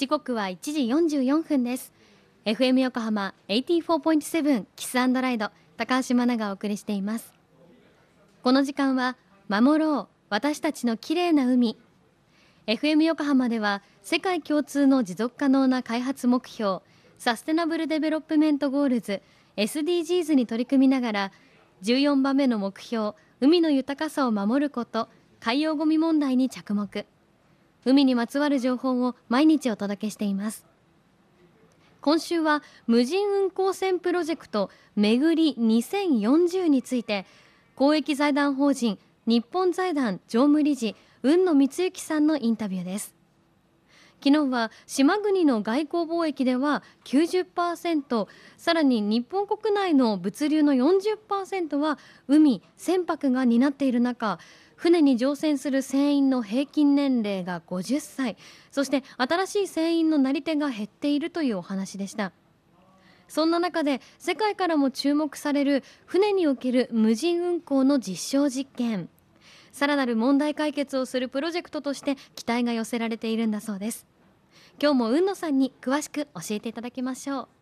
時刻は1時44分です。 FM 横浜 84.7 キス&ライド、高橋真奈がお送りしています。この時間は守ろう私たちのきれいな海。 FM 横浜では世界共通の持続可能な開発目標サステナブルデベロップメントゴールズ SDGs に取り組みながら、14番目の目標海の豊かさを守ること、海洋ゴミ問題に着目。海にまつわる情報を毎日お届けしています。今週は無人運航船プロジェクトめぐり2040について、公益財団法人日本財団常務理事海野光之さんのインタビューです。昨日は島国の外交貿易では 90%、 さらに日本国内の物流の 40% は海・船舶が担っている中、船に乗船する船員の平均年齢が50歳、そして新しい船員のなり手が減っているというお話でした。そんな中で世界からも注目される船における無人運航の実証実験、さらなる問題解決をするプロジェクトとして期待が寄せられているんだそうです。今日も海野さんに詳しく教えていただきましょ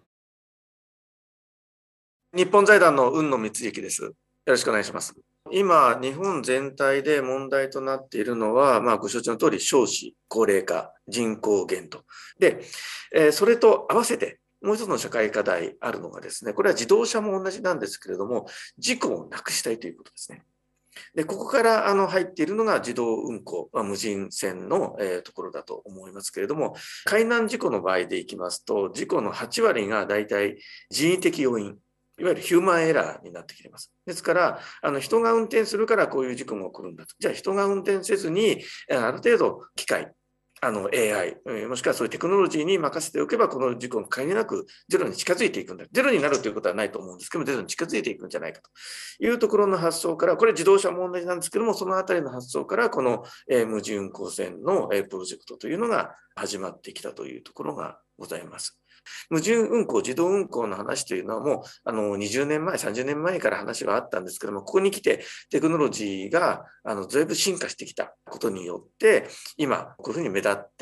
う。日本財団の海野光之です。よろしくお願いします。今、日本全体で問題となっているのは、ご承知の通り少子高齢化、人口減と。で、それと合わせてもう一つの社会課題あるのがですね、これは自動車も同じなんですけれども、事故をなくしたいということですね。で、ここから入っているのが自動運航、無人船のところだと思いますけれども、海難事故の場合でいきますと、事故の8割が大体人為的要因、いわゆるヒューマンエラーになってきています。ですから、人が運転するからこういう事故が起こるんだと。じゃあ人が運転せずに、ある程度機械、AI、もしくはそういうテクノロジーに任せておけば、この事故が限りなくゼロに近づいていくんだ。ゼロになるということはないと思うんですけども、ゼロに近づいていくんじゃないかというところの発想から、これ自動車も同じなんですけども、そのあたりの発想から、この無人運航船のプロジェクトというのが始まってきたというところがございます。無人運航、自動運航の話というのはもう20年前、30年前から話はあったんですけども、ここに来てテクノロジーがずいぶん進化してきたことによって、今、こういうふうに目立って、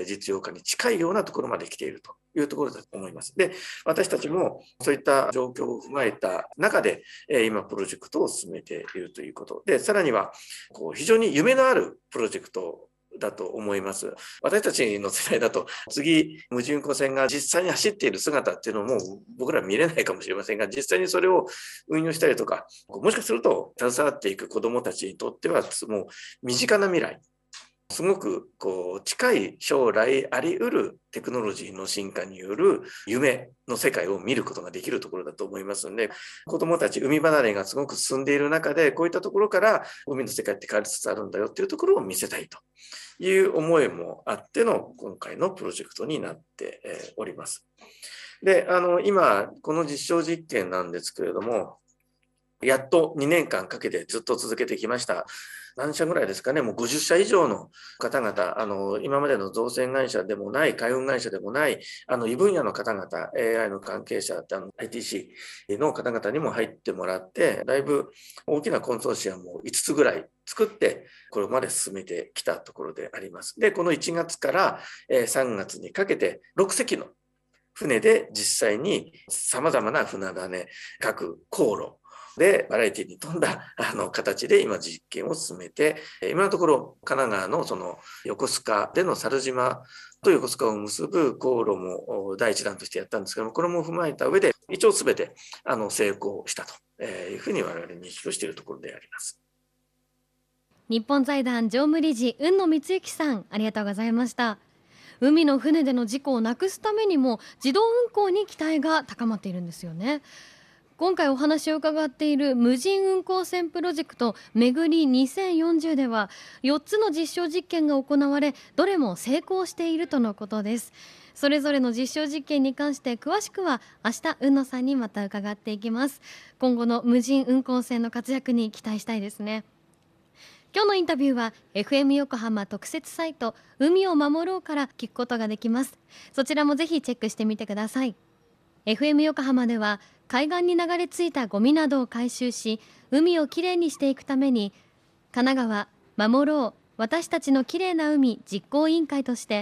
実用化に近いようなところまで来ているというところだと思います。で、私たちもそういった状況を踏まえた中で、今、プロジェクトを進めているということで、さらには非常に夢のあるプロジェクトだと思います。私たちの世代だと次無人運航船が実際に走っている姿っていうのも僕ら見れないかもしれませんが、実際にそれを運用したりとか、もしかすると携わっていく子どもたちにとってはもう身近な未来、すごく近い将来あり得るテクノロジーの進化による夢の世界を見ることができるところだと思いますので、子どもたち海離れがすごく進んでいる中で、こういったところから海の世界って変わりつつあるんだよっていうところを見せたいという思いもあっての今回のプロジェクトになっております。で、今この実証実験なんですけれども、やっと2年間かけてずっと続けてきました。何社ぐらいですかね、もう50社以上の方々、今までの造船会社でもない、海運会社でもない、異分野の方々、AI の関係者、ITC の方々にも入ってもらって、だいぶ大きなコンソーシアムを5つぐらい作って、これまで進めてきたところであります。で、この1月から3月にかけて6隻の船で実際に様々な船種、各航路、で、バラエティに富んだ形で今実験を進めて、今のところ神奈川のその横須賀での猿島と横須賀を結ぶ航路も第一弾としてやったんですけども、これも踏まえた上で一応すべて成功したというふうに我々認識をしているところであります。 日本財団常務理事海野光之さん、ありがとうございました。海の船での事故をなくすためにも自動運航に期待が高まっているんですよね。今回お話を伺っている無人運航船プロジェクトめぐり2040では4つの実証実験が行われ、どれも成功しているとのことです。それぞれの実証実験に関して詳しくは明日海野さんにまた伺っていきます。今後の無人運航船の活躍に期待したいですね。今日のインタビューは FM 横浜特設サイト海を守ろうから聞くことができます。そちらもぜひチェックしてみてください。FM 横浜では海岸に流れ着いたゴミなどを回収し、海をきれいにしていくために、神奈川守ろう私たちのきれいな海実行委員会として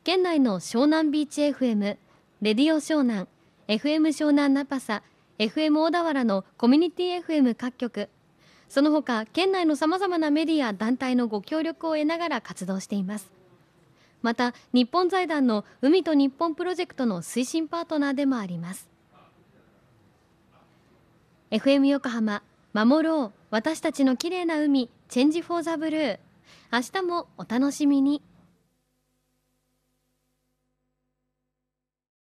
県内の湘南ビーチ FM、レディオ湘南、FM 湘南ナパサ、FM 小田原のコミュニティ FM 各局、その他県内のさまざまなメディア団体のご協力を得ながら活動しています。また日本財団の海と日本プロジェクトの推進パートナーでもあります。 FM 横浜、守ろう私たちの綺麗な海、チェンジフォーザブルー。明日もお楽しみに。